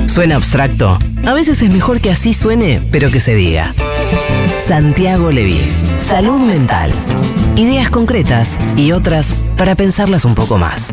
¿Suena abstracto? A veces es mejor que así suene, pero que se diga. Santiago Levín. Salud mental. Ideas concretas y otras para pensarlas un poco más.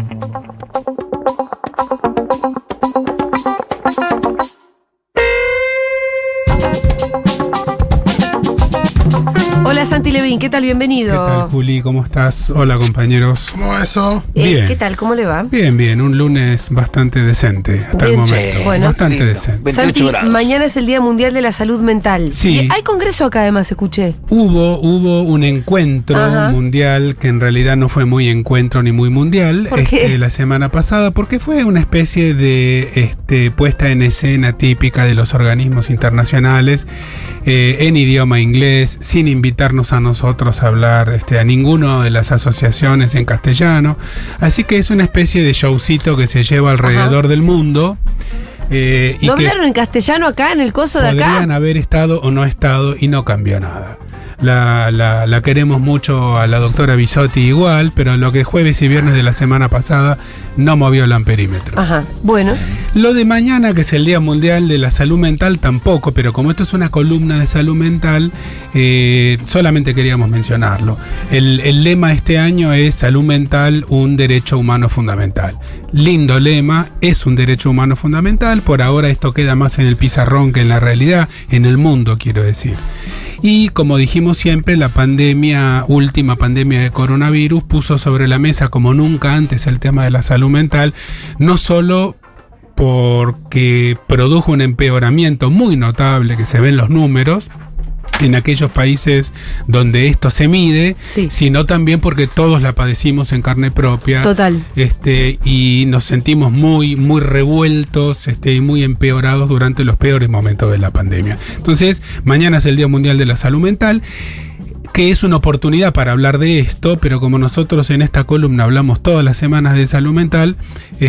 Hola Santi Levín, ¿qué tal? Bienvenido. ¿Qué tal, Juli? ¿Cómo estás? Hola, compañeros. ¿Cómo va eso? Bien. ¿Qué tal? ¿Cómo le va? Bien, bien. Un lunes bastante decente hasta el momento. Bueno, bastante lindo. decente. 28 Santi, grados. mañana es el Día Mundial de la Salud Mental. Sí. Y hay congreso acá además, escuché. Hubo un encuentro Ajá. mundial que en realidad no fue muy encuentro ni muy mundial ¿Por qué? la semana pasada, porque fue una especie de puesta en escena típica de los organismos internacionales en idioma inglés, sin invitarnos a nosotros a hablar a ninguno de las asociaciones en castellano. Así que es una especie de showcito que se lleva alrededor del mundo. Y ¿No que hablaron en castellano acá, en el coso de acá? podrían haber estado o no estado y no cambió nada. La queremos mucho a la doctora Bisotti igual, pero lo que jueves y viernes de la semana pasada no movió el amperímetro. Ajá, bueno. Lo de mañana, que es el Día Mundial de la Salud Mental, tampoco, pero como esto es una columna de salud mental, solamente queríamos mencionarlo. El lema este año es Salud Mental, un derecho humano fundamental. Lindo lema, es un derecho humano fundamental. Por ahora esto queda más en el pizarrón que en la realidad, en el mundo quiero decir. Y como dijimos siempre, la última pandemia de coronavirus puso sobre la mesa como nunca antes el tema de la salud mental, no solo porque produjo un empeoramiento muy notable que se ve en los números en aquellos países donde esto se mide, Sí. sino también porque todos la padecimos en carne propia. Total. Y nos sentimos muy, muy revueltos y muy empeorados durante los peores momentos de la pandemia. Entonces, mañana es el Día Mundial de la Salud Mental, que es una oportunidad para hablar de esto, pero como nosotros en esta columna hablamos todas las semanas de salud mental,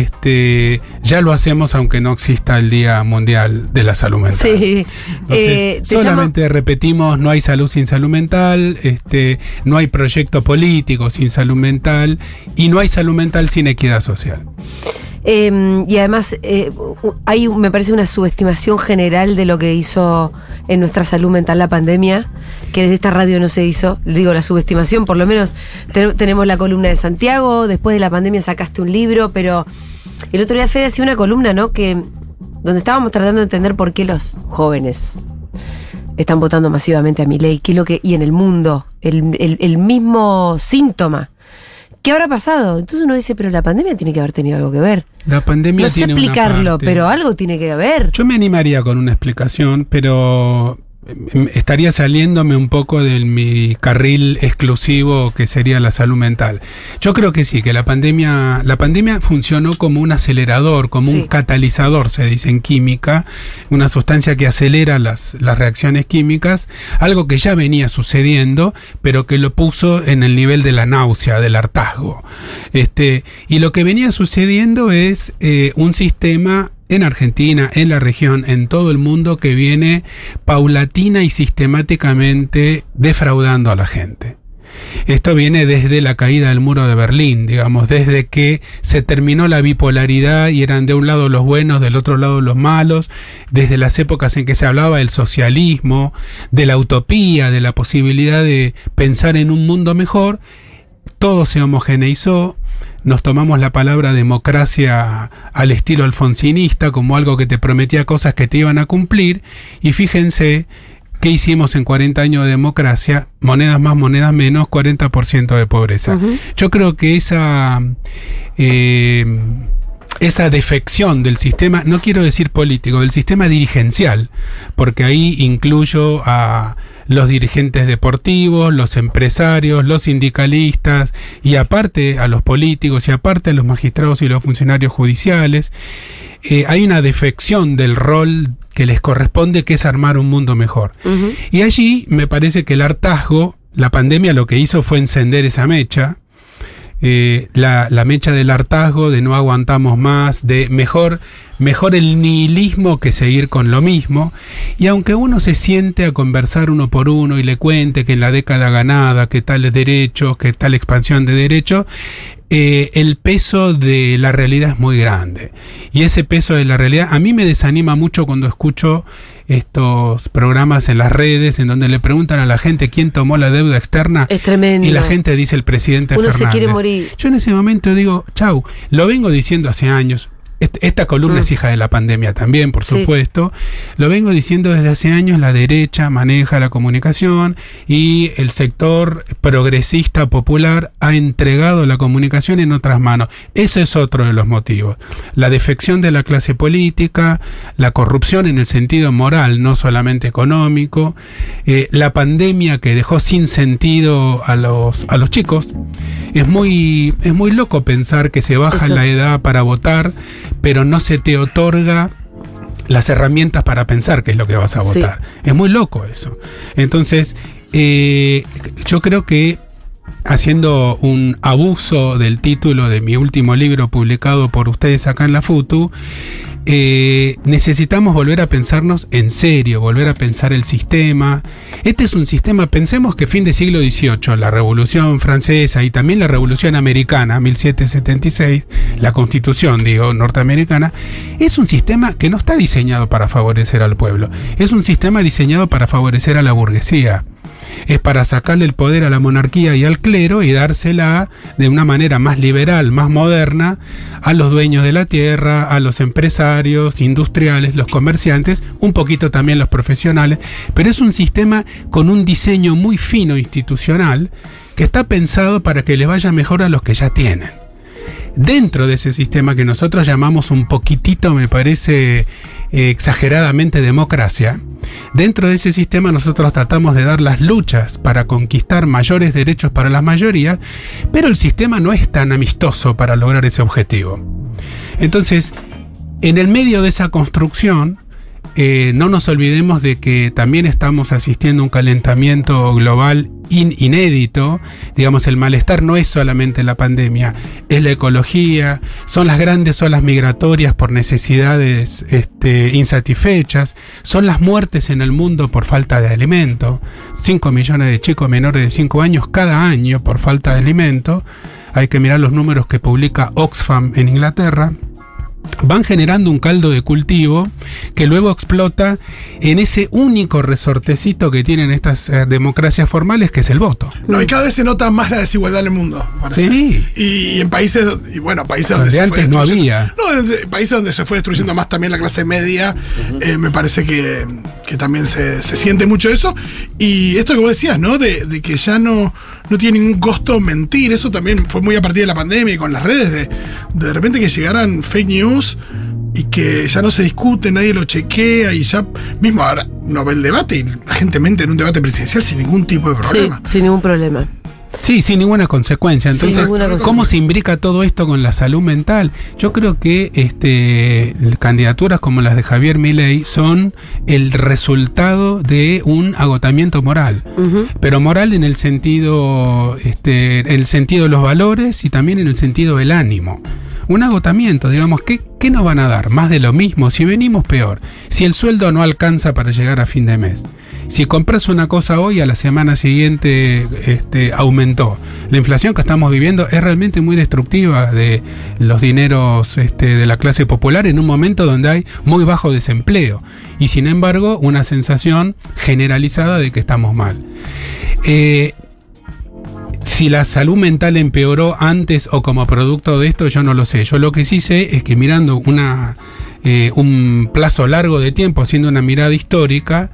ya lo hacemos aunque no exista el Día Mundial de la Salud Mental. Sí. Entonces, solamente repetimos, no hay salud sin salud mental, no hay proyecto político sin salud mental y no hay salud mental sin equidad social. Y además hay, me parece, una subestimación general de lo que hizo en nuestra salud mental la pandemia, que desde esta radio no se hizo. Digo, la subestimación, por lo menos tenemos la columna de Santiago, después de la pandemia sacaste un libro, pero el otro día Fede hacía una columna, ¿no? Donde estábamos tratando de entender por qué los jóvenes están votando masivamente a Milei, y en el mundo, el mismo síntoma. ¿Qué habrá pasado? Entonces uno dice, pero la pandemia tiene que haber tenido algo que ver. La pandemia No sé tiene una explicarlo, parte. pero algo tiene que haber. Yo me animaría con una explicación, pero estaría saliéndome un poco de mi carril exclusivo que sería la salud mental. Yo creo que sí, que la pandemia funcionó como un acelerador, como Sí. un catalizador, se dice en química, una sustancia que acelera las reacciones químicas, algo que ya venía sucediendo, pero que lo puso en el nivel de la náusea, del hartazgo. Y lo que venía sucediendo es un sistema en Argentina, en la región, en todo el mundo, que viene paulatina y sistemáticamente defraudando a la gente. Esto viene desde la caída del muro de Berlín, digamos, desde que se terminó la bipolaridad y eran de un lado los buenos, del otro lado los malos, desde las épocas en que se hablaba del socialismo, de la utopía, de la posibilidad de pensar en un mundo mejor. Todo se homogeneizó. Nos tomamos la palabra democracia al estilo alfonsinista como algo que te prometía cosas que te iban a cumplir, y fíjense qué hicimos en 40 años de democracia: monedas más, monedas menos, 40% de pobreza. Uh-huh. Yo creo que esa defección del sistema, no quiero decir político, del sistema dirigencial, porque ahí incluyo a los dirigentes deportivos, los empresarios, los sindicalistas, y aparte a los políticos, y aparte a los magistrados y los funcionarios judiciales. Hay una defección del rol que les corresponde, que es armar un mundo mejor. Uh-huh. Y allí me parece que el hartazgo, la pandemia lo que hizo fue encender esa mecha. La mecha del hartazgo, de no aguantamos más, de mejor el nihilismo que seguir con lo mismo. Y aunque uno se siente a conversar uno por uno y le cuente que en la década ganada, que tales derechos, que tal expansión de derechos, el peso de la realidad es muy grande. Y ese peso de la realidad a mí me desanima mucho cuando escucho estos programas en las redes en donde le preguntan a la gente quién tomó la deuda externa. Es tremendo. Y la gente dice el presidente Uno Fernández. se quiere morir. Yo en ese momento digo, chau, lo vengo diciendo hace años. Esta columna es hija de la pandemia también, por supuesto. Lo vengo diciendo desde hace años, la derecha maneja la comunicación y el sector progresista popular ha entregado la comunicación en otras manos. Ese es otro de los motivos. La defección de la clase política, la corrupción en el sentido moral, no solamente económico, la pandemia que dejó sin sentido a los chicos. Es muy loco pensar que se baja la edad para votar, pero no se te otorga las herramientas para pensar qué es lo que vas a votar. Es muy loco eso. Entonces, yo creo que haciendo un abuso del título de mi último libro publicado por ustedes acá en la FUTU, necesitamos volver a pensarnos en serio, volver a pensar el sistema. Este es un sistema, pensemos que fin de siglo XVIII, la Revolución Francesa y también la Revolución Americana, 1776, la Constitución, norteamericana, es un sistema que no está diseñado para favorecer al pueblo, es un sistema diseñado para favorecer a la burguesía. Es para sacarle el poder a la monarquía y al clero y dársela de una manera más liberal, más moderna, a los dueños de la tierra, a los empresarios, industriales, los comerciantes, un poquito también los profesionales, pero es un sistema con un diseño muy fino institucional que está pensado para que les vaya mejor a los que ya tienen. Dentro de ese sistema que nosotros llamamos un poquitito, me parece, exageradamente democracia, dentro de ese sistema nosotros tratamos de dar las luchas para conquistar mayores derechos para las mayorías, pero el sistema no es tan amistoso para lograr ese objetivo. Entonces, en el medio de esa construcción, no nos olvidemos de que también estamos asistiendo a un calentamiento global inédito. Digamos, el malestar no es solamente la pandemia, es la ecología, son las grandes olas migratorias por necesidades insatisfechas, son las muertes en el mundo por falta de alimento, 5 millones de chicos menores de 5 años cada año por falta de alimento. Hay que mirar los números que publica Oxfam en Inglaterra. Van generando un caldo de cultivo que luego explota en ese único resortecito que tienen estas democracias formales, que es el voto. No, y cada vez se nota más la desigualdad en el mundo, parece. Sí. Y en países, países donde se antes no había. No, países donde se fue destruyendo más también la clase media, me parece que también se siente mucho eso. Y esto que vos decías, ¿no? De que ya no tiene ningún costo mentir. Eso también fue muy a partir de la pandemia y con las redes, de repente que llegaran fake news y que ya no se discute, nadie lo chequea y ya mismo ahora no ve el debate y la gente mente en un debate presidencial sin ningún tipo de problema. Sí, sin ningún problema. Sí, sin ninguna consecuencia. Entonces, ¿cómo se imbrica todo esto con la salud mental? Yo creo que candidaturas como las de Javier Milei son el resultado de un agotamiento moral. Pero moral en el sentido de los valores y también en el sentido del ánimo. Un agotamiento, digamos, ¿qué nos van a dar? Más de lo mismo, si venimos peor, si el sueldo no alcanza para llegar a fin de mes, si compras una cosa hoy, a la semana siguiente aumentó. La inflación que estamos viviendo es realmente muy destructiva de los dineros de la clase popular en un momento donde hay muy bajo desempleo y sin embargo una sensación generalizada de que estamos mal. Si la salud mental empeoró antes o como producto de esto, yo no lo sé. Yo lo que sí sé es que mirando un plazo largo de tiempo, haciendo una mirada histórica,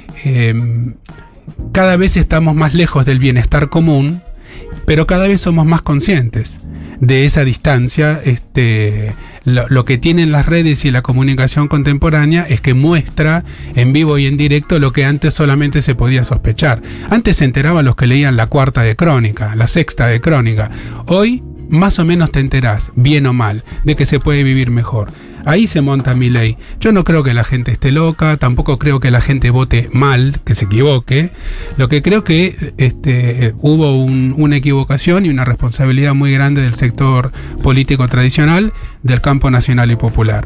cada vez estamos más lejos del bienestar común, pero cada vez somos más conscientes de esa distancia. Lo que tienen las redes y la comunicación contemporánea es que muestra en vivo y en directo lo que antes solamente se podía sospechar. Antes se enteraban los que leían la cuarta de Crónica, la sexta de Crónica. Hoy más o menos te enterás, bien o mal, de que se puede vivir mejor. Ahí se monta Milei. Yo no creo que la gente esté loca, tampoco creo que la gente vote mal, que se equivoque. Lo que creo que hubo una equivocación y una responsabilidad muy grande del sector político tradicional, del campo nacional y popular.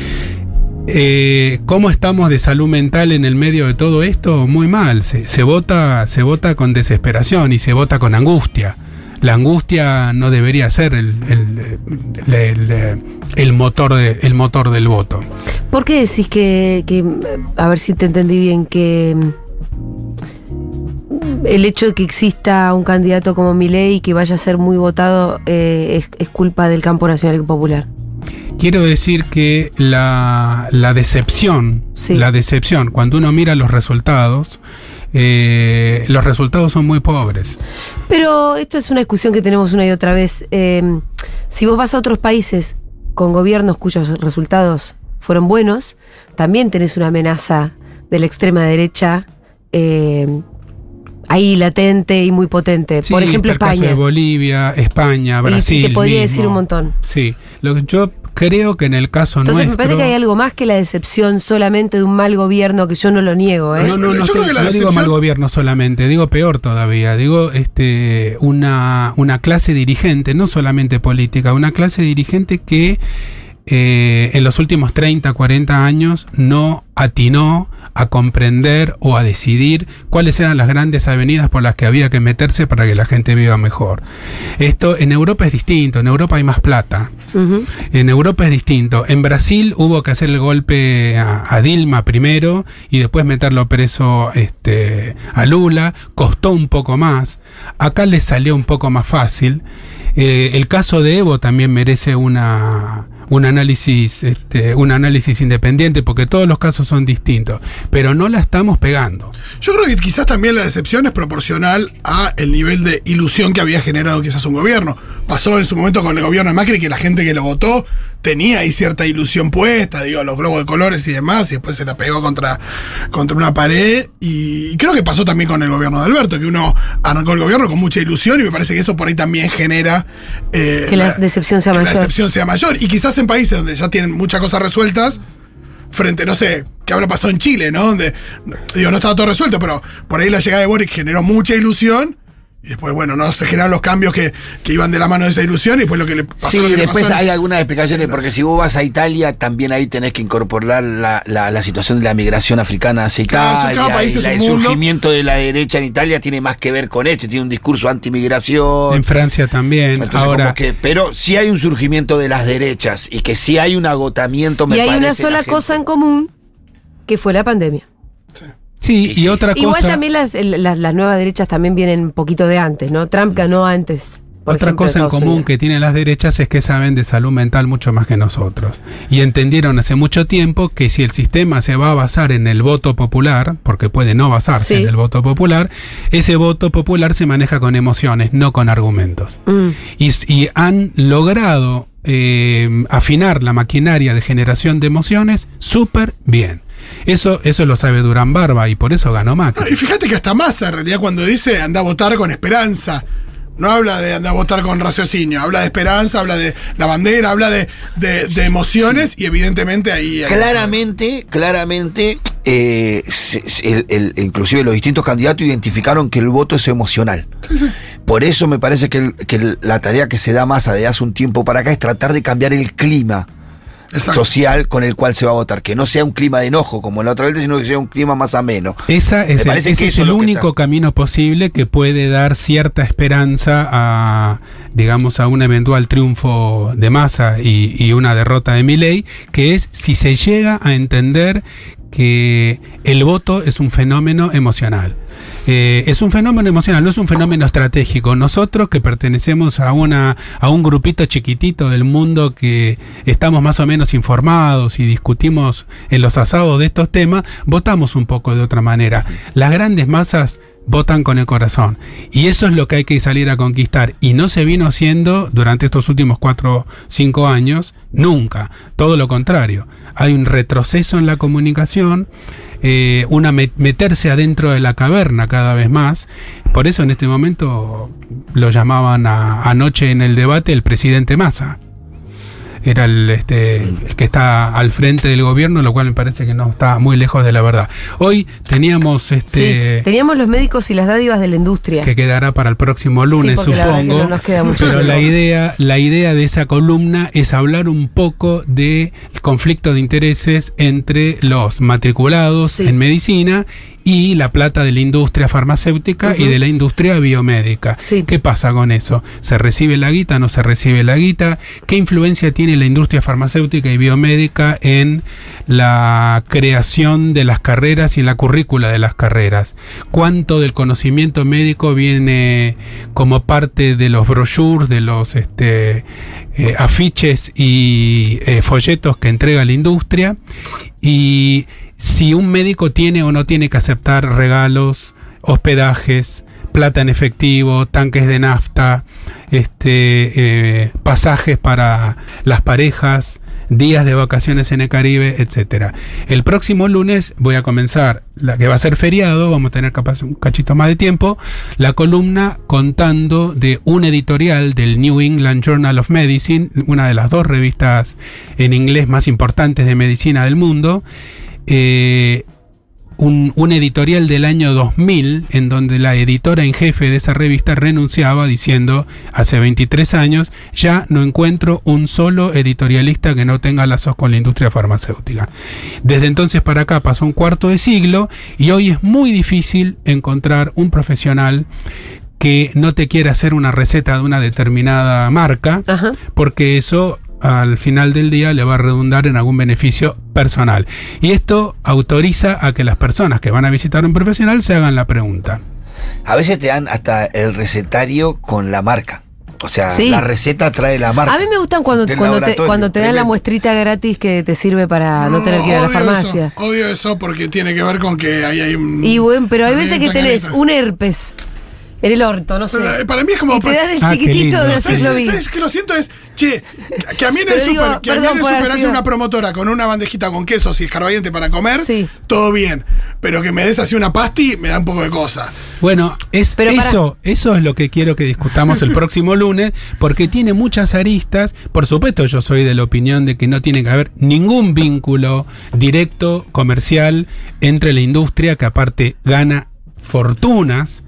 ¿Cómo estamos de salud mental en el medio de todo esto? Muy mal. Se vota con desesperación y se vota con angustia. La angustia no debería ser el motor del voto. ¿Por qué decís que, a ver si te entendí bien, que el hecho de que exista un candidato como Milei y que vaya a ser muy votado es culpa del campo nacional y popular? Quiero decir que la decepción, cuando uno mira los resultados son muy pobres. Pero esto es una discusión que tenemos una y otra vez. Si vos vas a otros países con gobiernos cuyos resultados fueron buenos, también tenés una amenaza de la extrema derecha ahí latente y muy potente. Sí, por ejemplo, está el España. caso de Bolivia, España, Brasil. Y te podría mismo. decir un montón. Sí, lo que yo creo que en el caso Entonces nuestro... me parece que hay algo más que la decepción solamente de un mal gobierno, que yo no lo niego, ¿eh? No Yo creo que la digo decepción- mal gobierno solamente, digo peor todavía, digo una clase dirigente, no solamente política, una clase dirigente que en los últimos 30, 40 años no atinó a comprender o a decidir cuáles eran las grandes avenidas por las que había que meterse para que la gente viva mejor. Esto en Europa es distinto, en Europa hay más plata. Ujú. En Europa es distinto. En Brasil hubo que hacer el golpe a Dilma primero y después meterlo preso a Lula. Costó un poco más. Acá les salió un poco más fácil. El caso de Evo también merece un análisis independiente, porque todos los casos son distintos, pero no la estamos pegando. Yo creo que quizás también la decepción es proporcional a el nivel de ilusión que había generado quizás un gobierno. Pasó en su momento con el gobierno de Macri que la gente que lo votó tenía ahí cierta ilusión puesta, digo, los globos de colores y demás, y después se la pegó contra una pared. Y creo que pasó también con el gobierno de Alberto, que uno arrancó el gobierno con mucha ilusión y me parece que eso por ahí también genera Que la decepción sea que mayor. la decepción sea mayor. Y quizás en países donde ya tienen muchas cosas resueltas, frente, no sé, qué habrá pasado en Chile, ¿no? Donde, digo, no estaba todo resuelto, pero por ahí la llegada de Boric generó mucha ilusión. Y después, bueno, no se generaron los cambios que iban de la mano de esa ilusión. Y después lo que le pasó. Sí, lo que le después pasó en- hay algunas explicaciones, porque si vos vas a Italia, también ahí tenés que incorporar la situación de la migración africana hacia Claro, Italia. cada país y es el un mundo. surgimiento de la derecha en Italia tiene más que ver con tiene un discurso antimigración. En Francia también. Entonces, Ahora, como que, pero sí hay un surgimiento de las derechas y que sí hay un agotamiento, me Y hay parece. una en sola la gente. cosa en común, que fue la pandemia. sí, y otra cosa... Igual también las nuevas derechas también vienen un poquito de antes, ¿no? Trump ganó antes. por Otra ejemplo, cosa en Estados común Unidos. que tienen las derechas es que saben de salud mental mucho más que nosotros. Y entendieron hace mucho tiempo que si el sistema se va a basar en el voto popular, porque puede no basarse Sí. en el voto popular, ese voto popular se maneja con emociones, no con argumentos. Mm. Y han logrado afinar la maquinaria de generación de emociones súper bien. Eso lo sabe Durán Barba y por eso ganó Macri. Y fíjate que hasta Massa, en realidad, cuando dice anda a votar con esperanza, no habla de andar a votar con raciocinio, habla de esperanza, habla de la bandera, habla de emociones, y evidentemente ahí... Claramente, inclusive los distintos candidatos identificaron que el voto es emocional. Por eso me parece que la tarea que se da Massa de hace un tiempo para acá es tratar de cambiar el clima Exacto. social con el cual se va a votar. Que no sea un clima de enojo como la otra vez, sino que sea un clima más ameno. Ese Me parece es que eso el es lo que único está. camino posible que puede dar cierta esperanza a, digamos, a un eventual triunfo de Massa y una derrota de Milei, que es si se llega a entender que el voto es un fenómeno emocional. Es un fenómeno emocional, no es un fenómeno estratégico. Nosotros que pertenecemos a un grupito chiquitito del mundo que estamos más o menos informados y discutimos en los asados de estos temas, votamos un poco de otra manera. Las grandes masas votan con el corazón. Y eso es lo que hay que salir a conquistar. Y no se vino haciendo durante estos últimos 4 o 5 años, nunca. Todo lo contrario. Hay un retroceso en la comunicación, meterse adentro de la caverna cada vez más. Por eso en este momento lo llamaban anoche en el debate el presidente Massa. Era el que está al frente del gobierno, lo cual me parece que no está muy lejos de la verdad. Hoy teníamos Sí, teníamos los médicos y las dádivas de la industria. que quedará para el próximo lunes, porque la verdad que supongo. no nos queda mucho Pero tiempo. la idea de esa columna es hablar un poco del conflicto de intereses entre los matriculados Sí. en medicina y la plata de la industria farmacéutica y de la industria biomédica. Sí. ¿Qué pasa con eso? ¿Se recibe la guita? ¿No se recibe la guita? ¿Qué influencia tiene la industria farmacéutica y biomédica en la creación de las carreras y en la currícula de las carreras? ¿Cuánto del conocimiento médico viene como parte de los brochures, de los afiches y folletos que entrega la industria? Y si un médico tiene o no tiene que aceptar regalos, hospedajes, plata en efectivo, tanques de nafta, pasajes para las parejas, días de vacaciones en el Caribe, etcétera. El próximo lunes voy a comenzar, la que va a ser feriado, vamos a tener capaz un cachito más de tiempo, la columna contando de un editorial del New England Journal of Medicine, una de las 2 revistas en inglés más importantes de medicina del mundo, un editorial del año 2000 en donde la editora en jefe de esa revista renunciaba diciendo: hace 23 años ya no encuentro un solo editorialista que no tenga lazos con la industria farmacéutica. Desde entonces para acá pasó un cuarto de siglo y hoy es muy difícil encontrar un profesional que no te quiera hacer una receta de una determinada marca, porque eso al final del día le va a redundar en algún beneficio personal. Y esto autoriza a que las personas que van a visitar a un profesional se hagan la pregunta. A veces te dan hasta el recetario con la marca. O sea, Sí. la receta trae la marca. A mí me gustan cuando te dan la muestrita gratis que te sirve para no tener que ir a la odio farmacia. Eso, odio eso porque tiene que ver con que ahí hay un... Y bueno, pero hay veces que una tenés caneta. un herpes en el orto, no sé. Pero, para mí es como... Y te dan el Ah, qué chiquitito lindo. de Ciclovir. ¿Sabes que lo siento? Es, che, que a mí en Pero el digo, súper, que a mí perdón en el por súper haber hace sido- una promotora con una bandejita con quesos y escarbadiente para comer, Sí. todo bien. Pero que me des así una pasti, me da un poco de cosa. Bueno, Pero eso es lo que quiero que discutamos el próximo lunes, porque tiene muchas aristas. Por supuesto, yo soy de la opinión de que no tiene que haber ningún vínculo directo, comercial, entre la industria, que aparte gana fortunas,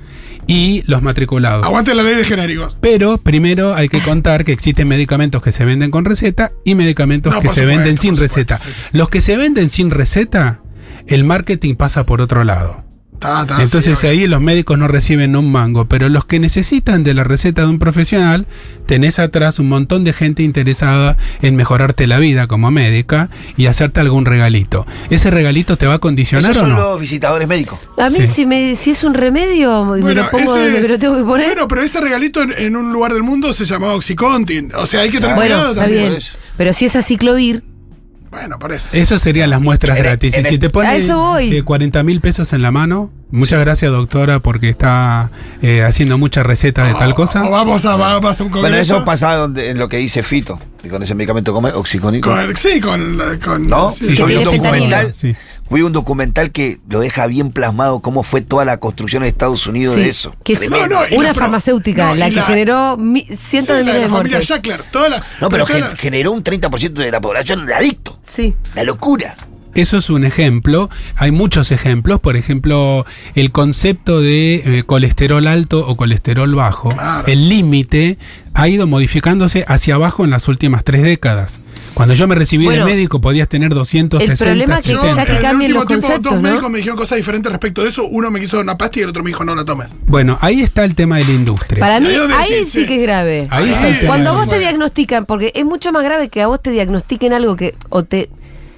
y los matriculados. Aguante la ley de genéricos. Pero primero hay que contar que existen medicamentos que se venden con receta y medicamentos No, que por se supuesto, venden sin por supuesto, receta. sí, sí. Los que se venden sin receta, el marketing pasa por otro lado. Entonces sí, ahí los médicos no reciben un mango, pero los que necesitan de la receta de un profesional, tenés atrás un montón de gente interesada en mejorarte la vida como médica y hacerte algún regalito. ¿Ese regalito te va a condicionar Esos o son no? los visitadores médicos. A mí Sí. si es un remedio, me lo pongo donde me lo tengo que poner. Bueno, pero ese regalito en un lugar del mundo se llamaba Oxycontin. O sea, hay que tener Bueno, cuidado está también. bien. por eso. Pero si es a Ciclovir, Bueno, parece. Eso serían las muestras En el- gratis. Y en si el- te A pone eso voy. 40.000 pesos en la mano, muchas gracias doctora porque está haciendo muchas recetas de tal cosa. O vamos a un congreso. Bueno, eso pasa en lo que dice Fito, y con ese medicamento come oxicónico. Sí, con ¿No? sí, Yo vi un tiene fentanilo. documental. Sí. Vi un documental que lo deja bien plasmado cómo fue toda la construcción de Estados Unidos sí, de eso. que es Tremendo. No, no, y una la pro- farmacéutica, no, y la que la- generó cientos de la miles de familia muertes. Sackler, toda la, No, pero toda la- generó un 30% de la población de adicto. Sí. La locura. Eso es un ejemplo. Hay muchos ejemplos. Por ejemplo, el concepto de colesterol alto o colesterol bajo. Claro. El límite ha ido modificándose hacia abajo en las últimas 3 décadas. Cuando yo me recibí Bueno, de médico podías tener 260, el problema es que 70. ya que en el cambien último los tiempo, conceptos, dos ¿no? médicos me dijeron cosas diferentes respecto de eso. Uno me quiso dar una pasta y el otro me dijo no la tomes. Bueno, ahí está el tema de la industria. Para mí, Ahí donde ahí decís, sí sí. que es grave. Ahí está el tema. Cuando a vos fue. te diagnostican, porque es mucho más grave que a vos te diagnostiquen algo que, o te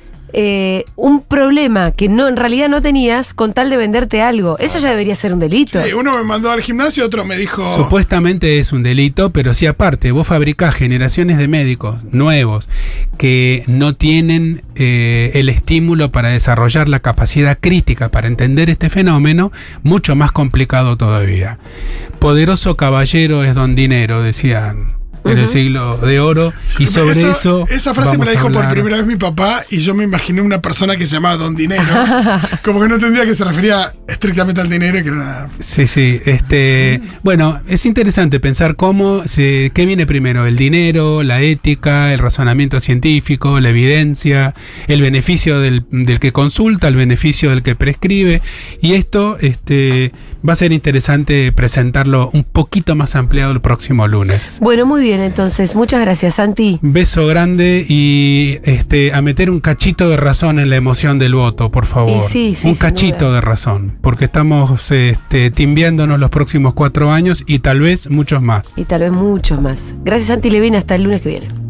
un problema que no en realidad no tenías con tal de venderte algo. Eso ya debería ser un delito. Sí, uno me mandó al gimnasio, otro me dijo. Supuestamente es un delito, pero si aparte vos fabricás generaciones de médicos nuevos que no tienen el estímulo para desarrollar la capacidad crítica para entender este fenómeno, mucho más complicado todavía. Poderoso caballero es don dinero, decían en el siglo de oro, y sobre eso Esa frase me vamos la a dijo por hablar. primera vez mi papá y yo me imaginé una persona que se llamaba Don Dinero. Como que no entendía que se refería estrictamente al dinero y que era una. Sí, sí. Bueno, es interesante pensar qué viene primero, el dinero, la ética, el razonamiento científico, la evidencia, el beneficio del que consulta, el beneficio del que prescribe. Y esto va a ser interesante presentarlo un poquito más ampliado el próximo lunes. Bueno, muy bien. bien, entonces. Muchas gracias, Santi. Beso grande y a meter un cachito de razón en la emoción del voto, por favor. Y sí, un cachito de razón, porque estamos timbiándonos los próximos 4 años y tal vez muchos más. Y tal vez muchos más. Gracias, Santi Levin. Hasta el lunes que viene.